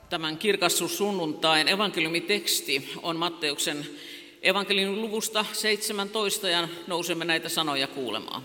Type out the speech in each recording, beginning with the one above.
Tämän kirkastussunnuntain evankeliumiteksti on Matteuksen evankeliumin luvusta 17 ja nousemme näitä sanoja kuulemaan.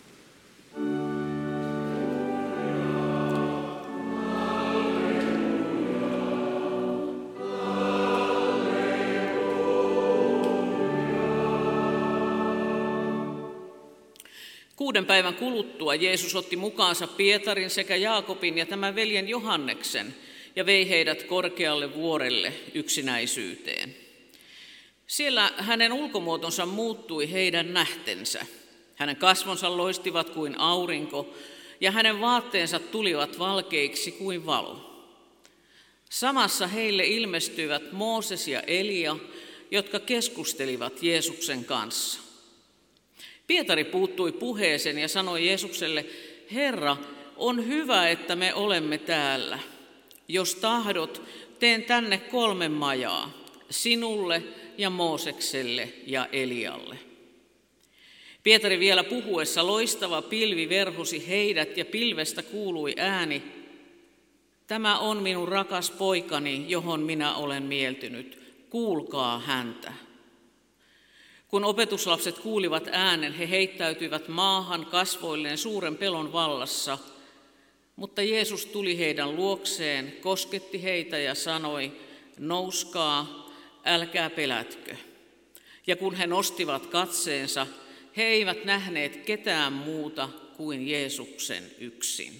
Kuuden päivän kuluttua Jeesus otti mukaansa Pietarin sekä Jaakobin ja tämän veljen Johanneksen ja vei heidät korkealle vuorelle yksinäisyyteen. Siellä hänen ulkomuotonsa muuttui heidän nähtensä. Hänen kasvonsa loistivat kuin aurinko ja hänen vaatteensa tulivat valkeiksi kuin valo. Samassa heille ilmestyivät Mooses ja Elia, jotka keskustelivat Jeesuksen kanssa. Pietari puuttui puheeseen ja sanoi Jeesukselle, Herra, on hyvä, että me olemme täällä. Jos tahdot, teen tänne 3 majaa, sinulle ja Moosekselle ja Elialle. Pietari vielä puhuessa loistava pilvi verhosi heidät ja pilvestä kuului ääni, tämä on minun rakas poikani, johon minä olen mieltynyt, kuulkaa häntä. Kun opetuslapset kuulivat äänen, he heittäytyivät maahan kasvoilleen suuren pelon vallassa, mutta Jeesus tuli heidän luokseen, kosketti heitä ja sanoi, nouskaa, älkää pelätkö. Ja kun he nostivat katseensa, he eivät nähneet ketään muuta kuin Jeesuksen yksin.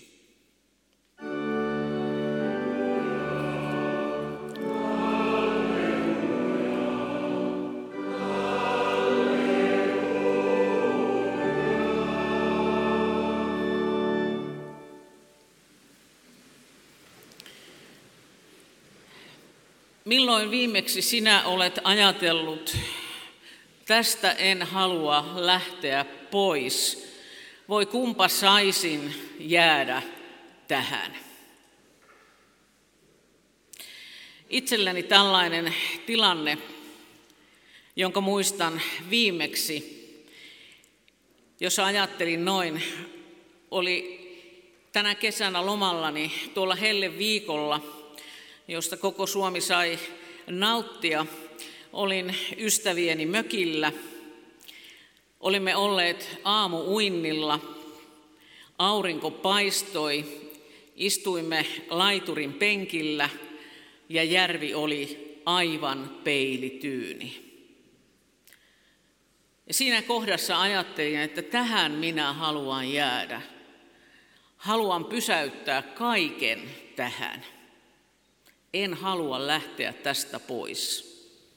Milloin viimeksi sinä olet ajatellut, tästä en halua lähteä pois, voi kumpa saisin jäädä tähän? Itselläni tällainen tilanne, jonka muistan viimeksi, jos ajattelin noin, oli tänä kesänä lomallani tuolla Helleviikolla, josta koko Suomi sai nauttia. Olin ystävieni mökillä. Olimme olleet aamu-uinnilla. Aurinko paistoi. Istuimme laiturin penkillä ja järvi oli aivan peilityyni. Ja siinä kohdassa ajattelin, että tähän minä haluan jäädä. Haluan pysäyttää kaiken tähän. En halua lähteä tästä pois.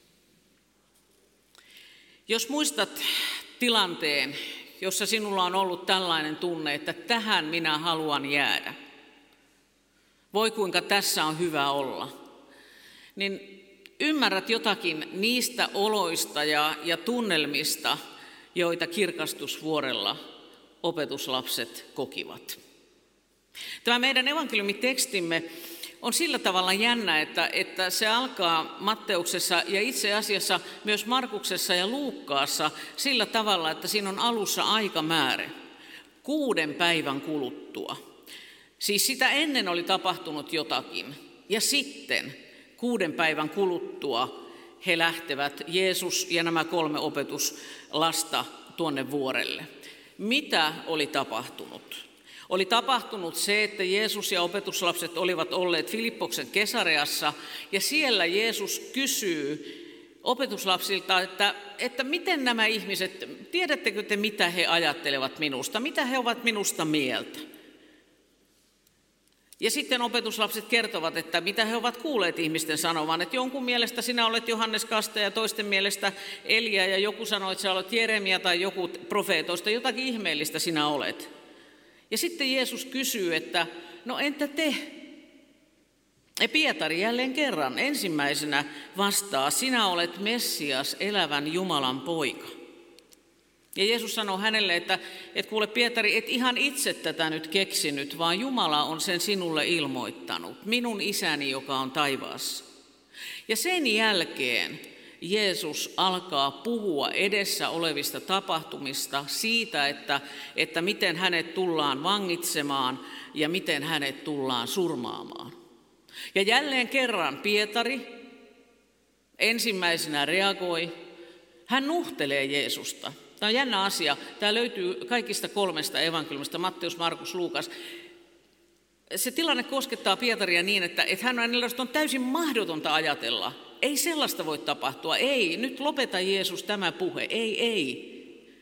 Jos muistat tilanteen, jossa sinulla on ollut tällainen tunne, että tähän minä haluan jäädä, voi kuinka tässä on hyvä olla, niin ymmärrät jotakin niistä oloista ja tunnelmista, joita kirkastusvuorella opetuslapset kokivat. Tämä meidän evankeliumitekstimme on sillä tavalla jännä, että se alkaa Matteuksessa ja itse asiassa myös Markuksessa ja Luukkaassa sillä tavalla, että siinä on alussa aikamäärä 6 päivän kuluttua. Siis sitä ennen oli tapahtunut jotakin ja sitten 6 päivän kuluttua he lähtevät, Jeesus ja nämä 3 opetuslasta tuonne vuorelle. Mitä oli tapahtunut? Oli tapahtunut se, että Jeesus ja opetuslapset olivat olleet Filippoksen Kesareassa ja siellä Jeesus kysyy opetuslapsilta, että miten nämä ihmiset, tiedättekö te mitä he ajattelevat minusta, mitä he ovat minusta mieltä? Ja sitten opetuslapset kertovat, että mitä he ovat kuulleet ihmisten sanovan, että jonkun mielestä sinä olet Johannes Kastaja ja toisten mielestä Elia ja joku sanoi, että sinä olet Jeremia tai joku profeetoista, jotakin ihmeellistä sinä olet. Ja sitten Jeesus kysyy, että no entä te? Ja Pietari jälleen kerran ensimmäisenä vastaa, sinä olet Messias, elävän Jumalan poika. Ja Jeesus sanoo hänelle, että kuule Pietari, et ihan itse tätä nyt keksinyt, vaan Jumala on sen sinulle ilmoittanut, minun isäni, joka on taivaassa. Ja sen jälkeen Jeesus alkaa puhua edessä olevista tapahtumista, siitä, että miten hänet tullaan vangitsemaan ja miten hänet tullaan surmaamaan. Ja jälleen kerran Pietari ensimmäisenä reagoi. Hän nuhtelee Jeesusta. Tämä on jännä asia. Tämä löytyy kaikista 3 evankeliumista, Matteus, Markus, Luukas. Se tilanne koskettaa Pietaria niin, että hänellä on täysin mahdotonta ajatella. Ei sellaista voi tapahtua. Ei, nyt lopeta Jeesus tämä puhe. Ei.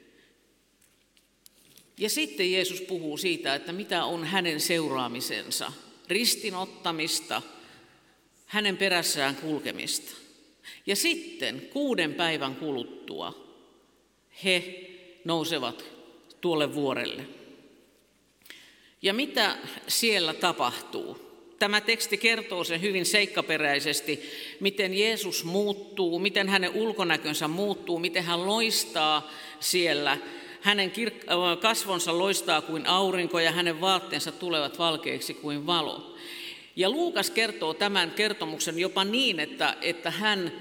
Ja sitten Jeesus puhuu siitä, että mitä on hänen seuraamisensa, ristinottamista, hänen perässään kulkemista. Ja sitten 6 päivän kuluttua he nousevat tuolle vuorelle. Ja mitä siellä tapahtuu? Tämä teksti kertoo sen hyvin seikkaperäisesti, miten Jeesus muuttuu, miten hänen ulkonäkönsä muuttuu, miten hän loistaa siellä. Hänen kasvonsa loistaa kuin aurinko ja hänen vaatteensa tulevat valkeiksi kuin valo. Ja Luukas kertoo tämän kertomuksen jopa niin, että hän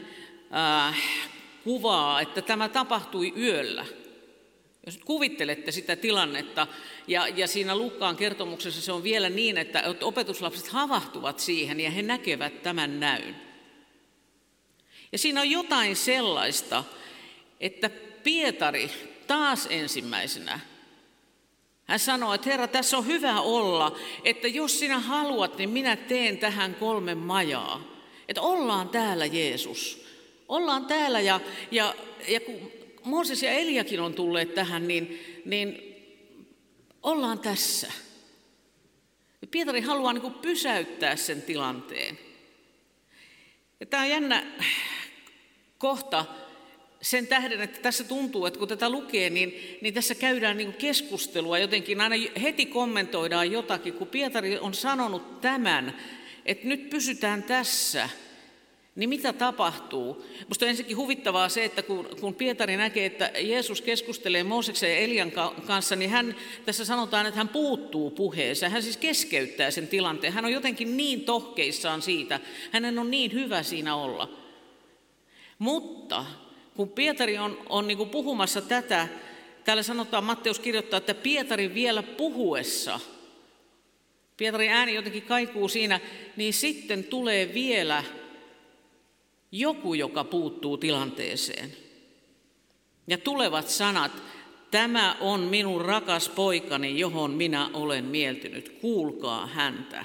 kuvaa, että tämä tapahtui yöllä. Jos nyt kuvittelette sitä tilannetta, ja siinä Luukkaan kertomuksessa se on vielä niin, että opetuslapset havahtuvat siihen ja he näkevät tämän näyn. Ja siinä on jotain sellaista, että Pietari taas ensimmäisenä, hän sanoo, että Herra, tässä on hyvä olla, että jos sinä haluat, niin minä teen tähän 3 majaa. Että ollaan täällä, Jeesus. Ollaan täällä ja kun Mooses ja Eliakin on tulleet tähän, niin ollaan tässä. Ja Pietari haluaa niin kuin pysäyttää sen tilanteen. Ja tämä on jännä kohta sen tähden, että tässä tuntuu, että kun tätä lukee, niin tässä käydään niin kuin keskustelua jotenkin. Aina heti kommentoidaan jotakin, kun Pietari on sanonut tämän, että nyt pysytään tässä. Niin mitä tapahtuu? Minusta on ensinnäkin huvittavaa se, että kun Pietari näkee, että Jeesus keskustelee Mooseksen ja Elian kanssa, niin hän tässä sanotaan, että hän puuttuu puheeseen. Hän siis keskeyttää sen tilanteen. Hän on jotenkin niin tohkeissaan siitä. Hänen on niin hyvä siinä olla. Mutta kun Pietari on niin kuin puhumassa tätä, täällä sanotaan, Matteus kirjoittaa, että Pietari vielä puhuessa, Pietarin ääni jotenkin kaikuu siinä, niin sitten tulee vielä joku, joka puuttuu tilanteeseen. Ja tulevat sanat, tämä on minun rakas poikani, johon minä olen mieltynyt, kuulkaa häntä.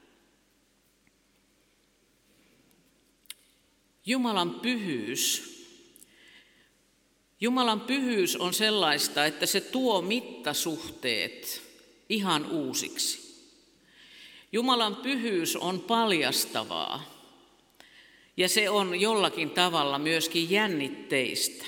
Jumalan pyhyys on sellaista, että se tuo mittasuhteet ihan uusiksi. Jumalan pyhyys on paljastavaa. Ja se on jollakin tavalla myöskin jännitteistä.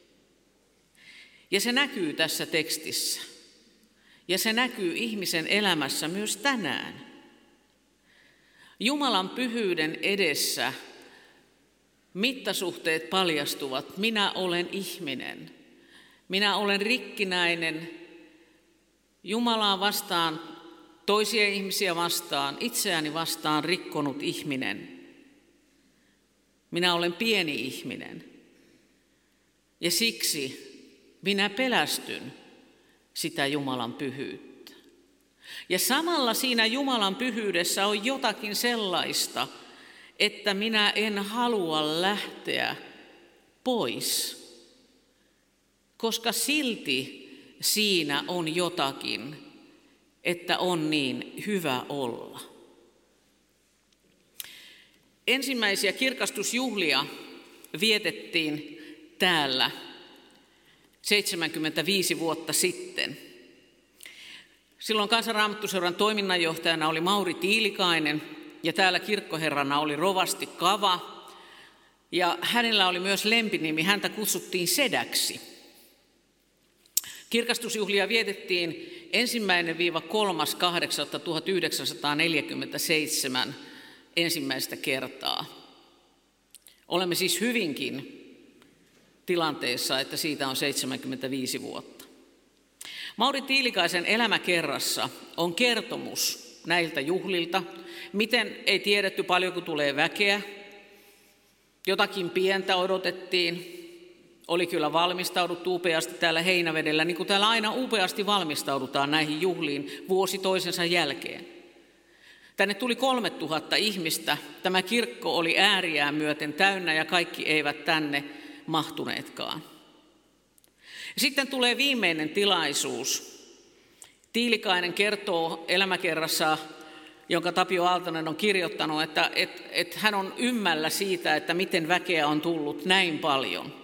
Ja se näkyy tässä tekstissä. Ja se näkyy ihmisen elämässä myös tänään. Jumalan pyhyyden edessä mittasuhteet paljastuvat. Minä olen ihminen. Minä olen rikkinäinen. Jumalaa vastaan, toisia ihmisiä vastaan, itseäni vastaan rikkonut ihminen. Minä olen pieni ihminen ja siksi minä pelästyn sitä Jumalan pyhyyttä. Ja samalla siinä Jumalan pyhyydessä on jotakin sellaista, että minä en halua lähteä pois, koska silti siinä on jotakin, että on niin hyvä olla. Ensimmäisiä kirkastusjuhlia vietettiin täällä 75 vuotta sitten. Silloin Kansanraamattuseuran toiminnanjohtajana oli Mauri Tiilikainen ja täällä kirkkoherrana oli rovasti Kava. Ja hänellä oli myös lempinimi, häntä kutsuttiin Sedäksi. Kirkastusjuhlia vietettiin 1.–3.8.1947 ensimmäistä kertaa. Olemme siis hyvinkin tilanteessa, että siitä on 75 vuotta. Mauri Tiilikaisen elämäkerrassa on kertomus näiltä juhlilta, miten ei tiedetty paljonko tulee väkeä, jotakin pientä odotettiin, oli kyllä valmistauduttu upeasti täällä Heinävedellä, niin kuin täällä aina upeasti valmistaudutaan näihin juhliin vuosi toisensa jälkeen. Tänne tuli 3000 ihmistä. Tämä kirkko oli ääriään myöten täynnä ja kaikki eivät tänne mahtuneetkaan. Sitten tulee viimeinen tilaisuus. Tiilikainen kertoo elämäkerrassa, jonka Tapio Aaltonen on kirjoittanut, että hän on ymmällä siitä, että miten väkeä on tullut näin paljon.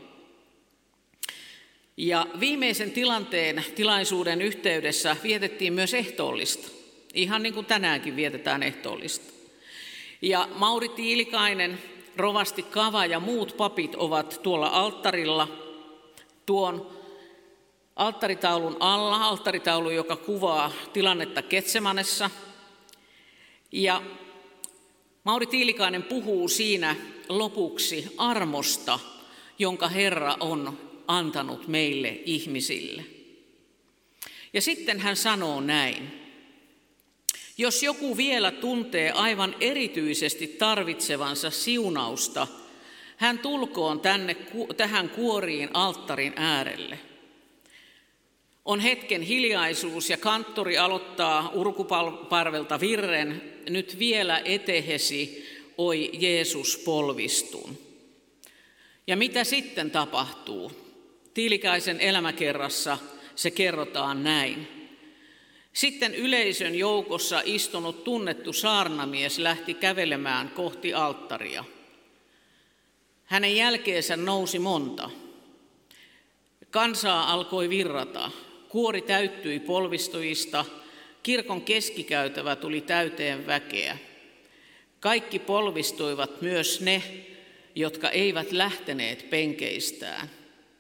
Ja viimeisen tilaisuuden yhteydessä vietettiin myös ehtoollista, ihan niin kuin tänäänkin vietetään ehtoollista. Ja Mauri Tiilikainen, rovasti Kava ja muut papit ovat tuolla alttarilla, tuon alttaritaulun alla, alttaritaulu, joka kuvaa tilannetta Getsemanessa. Ja Mauri Tiilikainen puhuu siinä lopuksi armosta, jonka Herra on antanut meille ihmisille. Ja sitten hän sanoo näin: jos joku vielä tuntee aivan erityisesti tarvitsevansa siunausta, hän tulkoon tähän kuoriin alttarin äärelle. On hetken hiljaisuus ja kanttori aloittaa urkuparvelta virren: nyt vielä etehesi, oi Jeesus, polvistun. Ja mitä sitten tapahtuu? Tiilikaisen elämäkerrassa se kerrotaan näin. Sitten yleisön joukossa istunut tunnettu saarnamies lähti kävelemään kohti alttaria. Hänen jälkeensä nousi monta. Kansaa alkoi virrata. Kuori täyttyi polvistujista. Kirkon keskikäytävä tuli täyteen väkeä. Kaikki polvistuivat, myös ne, jotka eivät lähteneet penkeistään.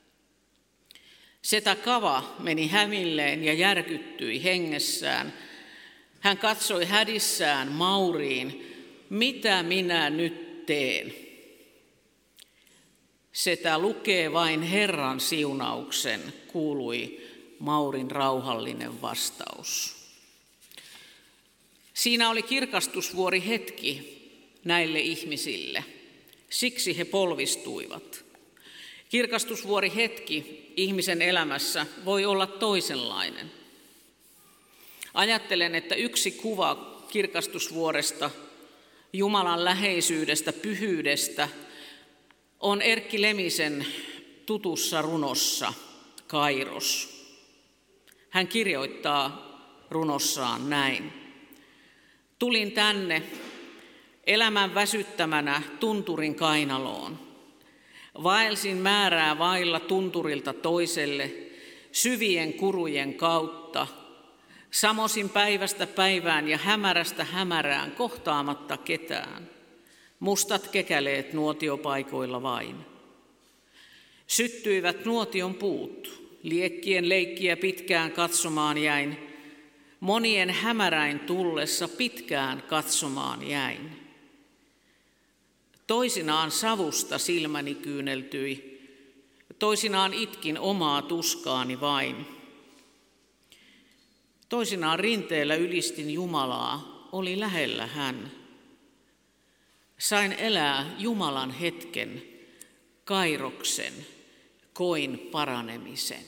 Setä Kava meni hämilleen ja järkyttyi hengessään. Hän katsoi hädissään Mauriin: mitä minä nyt teen? Setä lukee vain Herran siunauksen, kuului Maurin rauhallinen vastaus. Siinä oli kirkastusvuori hetki näille ihmisille. Siksi he polvistuivat. Kirkastusvuori hetki ihmisen elämässä voi olla toisenlainen. Ajattelen, että yksi kuva kirkastusvuoresta, Jumalan läheisyydestä, pyhyydestä, on Erkki Lemisen tutussa runossa Kairos. Hän kirjoittaa runossaan näin: tulin tänne elämän väsyttämänä tunturin kainaloon. Vaelsin määrää vailla tunturilta toiselle, syvien kurujen kautta. Samosin päivästä päivään ja hämärästä hämärään kohtaamatta ketään. Mustat kekäleet nuotiopaikoilla vain. Syttyivät nuotion puut, liekkien leikkiä pitkään katsomaan jäin. Monien hämäräin tullessa pitkään katsomaan jäin. Toisinaan savusta silmäni kyyneltyi, toisinaan itkin omaa tuskaani vain. Toisinaan rinteellä ylistin Jumalaa, oli lähellä hän. Sain elää Jumalan hetken, kairoksen, koin paranemisen.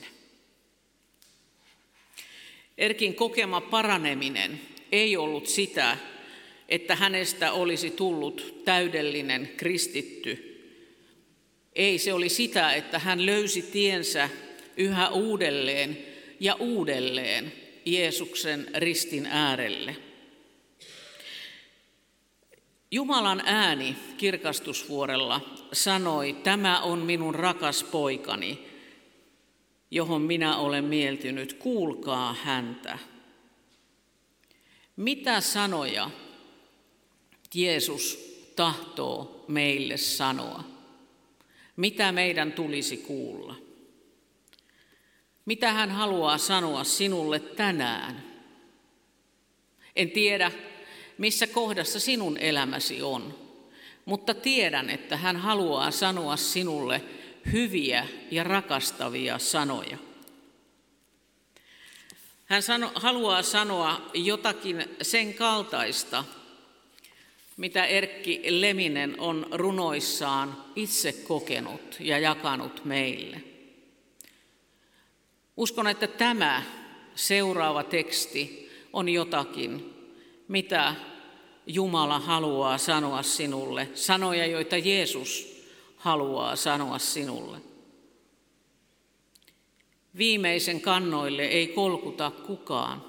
Erkin kokema paraneminen ei ollut sitä, että hänestä olisi tullut täydellinen kristitty. Ei, se oli sitä, että hän löysi tiensä yhä uudelleen ja uudelleen Jeesuksen ristin äärelle. Jumalan ääni kirkastusvuorella sanoi: tämä on minun rakas poikani, johon minä olen mieltynyt, kuulkaa häntä. Mitä sanoja Jeesus tahtoo meille sanoa? Mitä meidän tulisi kuulla? Mitä hän haluaa sanoa sinulle tänään? En tiedä, missä kohdassa sinun elämäsi on, mutta tiedän, että hän haluaa sanoa sinulle hyviä ja rakastavia sanoja. Hän haluaa sanoa jotakin sen kaltaista, mitä Erkki Leminen on runoissaan itse kokenut ja jakanut meille. Uskon, että tämä seuraava teksti on jotakin, mitä Jumala haluaa sanoa sinulle, sanoja, joita Jeesus haluaa sanoa sinulle. Viimeisen kannoille ei kolkuta kukaan.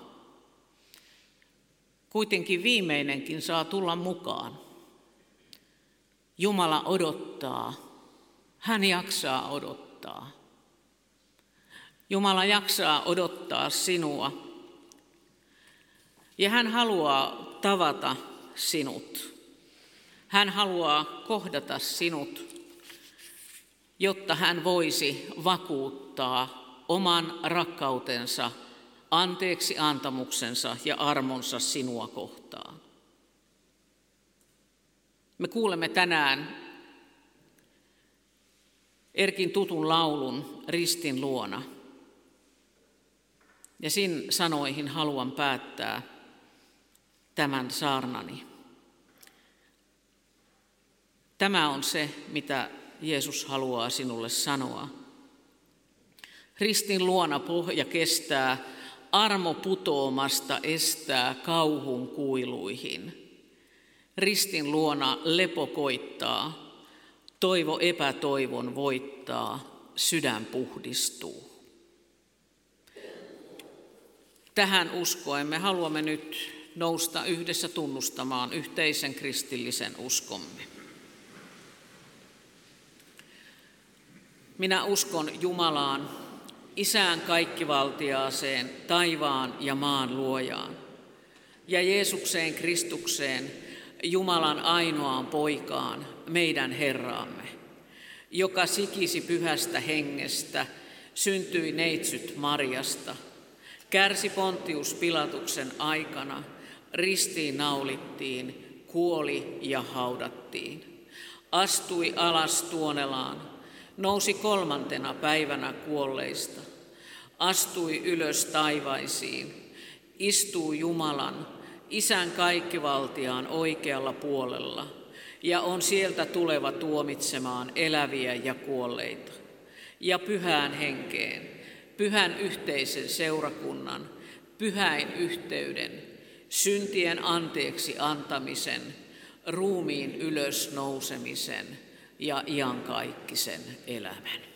Kuitenkin viimeinenkin saa tulla mukaan. Jumala odottaa. Hän jaksaa odottaa. Jumala jaksaa odottaa sinua. Ja hän haluaa tavata sinut. Hän haluaa kohdata sinut, jotta hän voisi vakuuttaa oman rakkautensa, anteeksi antamuksensa ja armonsa sinua kohtaan. Me kuulemme tänään Erkin tutun laulun Ristin luona. Ja sin sanoihin haluan päättää tämän saarnani. Tämä on se, mitä Jeesus haluaa sinulle sanoa. Ristin luona pohja kestää, armo putoamasta estää kauhun kuiluihin. Ristin luona lepo koittaa, toivo epätoivon voittaa, sydän puhdistuu. Tähän uskoen me haluamme nyt nousta yhdessä tunnustamaan yhteisen kristillisen uskomme. Minä uskon Jumalaan, Isään kaikkivaltiaaseen, taivaan ja maan luojaan, ja Jeesukseen Kristukseen, Jumalan ainoaan poikaan, meidän Herraamme, joka sikisi pyhästä hengestä, syntyi neitsyt Marjasta, kärsi Pontius Pilatuksen aikana, ristiin naulittiin, kuoli ja haudattiin, astui alas Tuonelaan, nousi 3. päivänä kuolleista, astui ylös taivaisiin, istuu Jumalan, Isän kaikkivaltiaan oikealla puolella ja on sieltä tuleva tuomitsemaan eläviä ja kuolleita. Ja pyhään henkeen, pyhän yhteisen seurakunnan, pyhäin yhteyden, syntien anteeksi antamisen, ruumiin ylös nousemisen ja iankaikkisen elämän.